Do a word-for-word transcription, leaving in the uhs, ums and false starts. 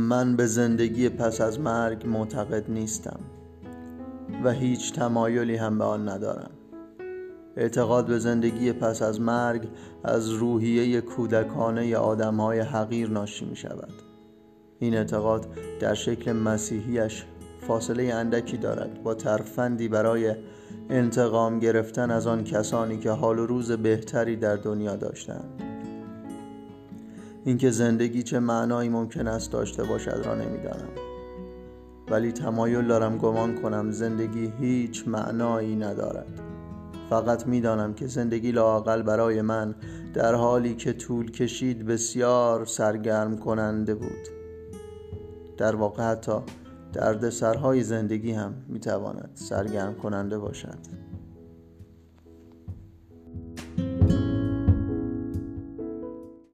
من به زندگی پس از مرگ معتقد نیستم و هیچ تمایلی هم به آن ندارم. اعتقاد به زندگی پس از مرگ از روحیه کودکانه آدم‌های حقیر ناشی می شود. این اعتقاد در شکل مسیحیش فاصله اندکی دارد با ترفندی برای انتقام گرفتن از آن کسانی که حال و روز بهتری در دنیا داشتند. اینکه زندگی چه معنایی ممکن است داشته باشد را نمی‌دانم، ولی تمایل دارم گمان کنم زندگی هیچ معنایی ندارد. فقط می‌دانم که زندگی لااقل برای من در حالی که طول کشید بسیار سرگرم کننده بود. در واقع حتی دردسرهای زندگی هم می‌تواند سرگرم کننده باشد.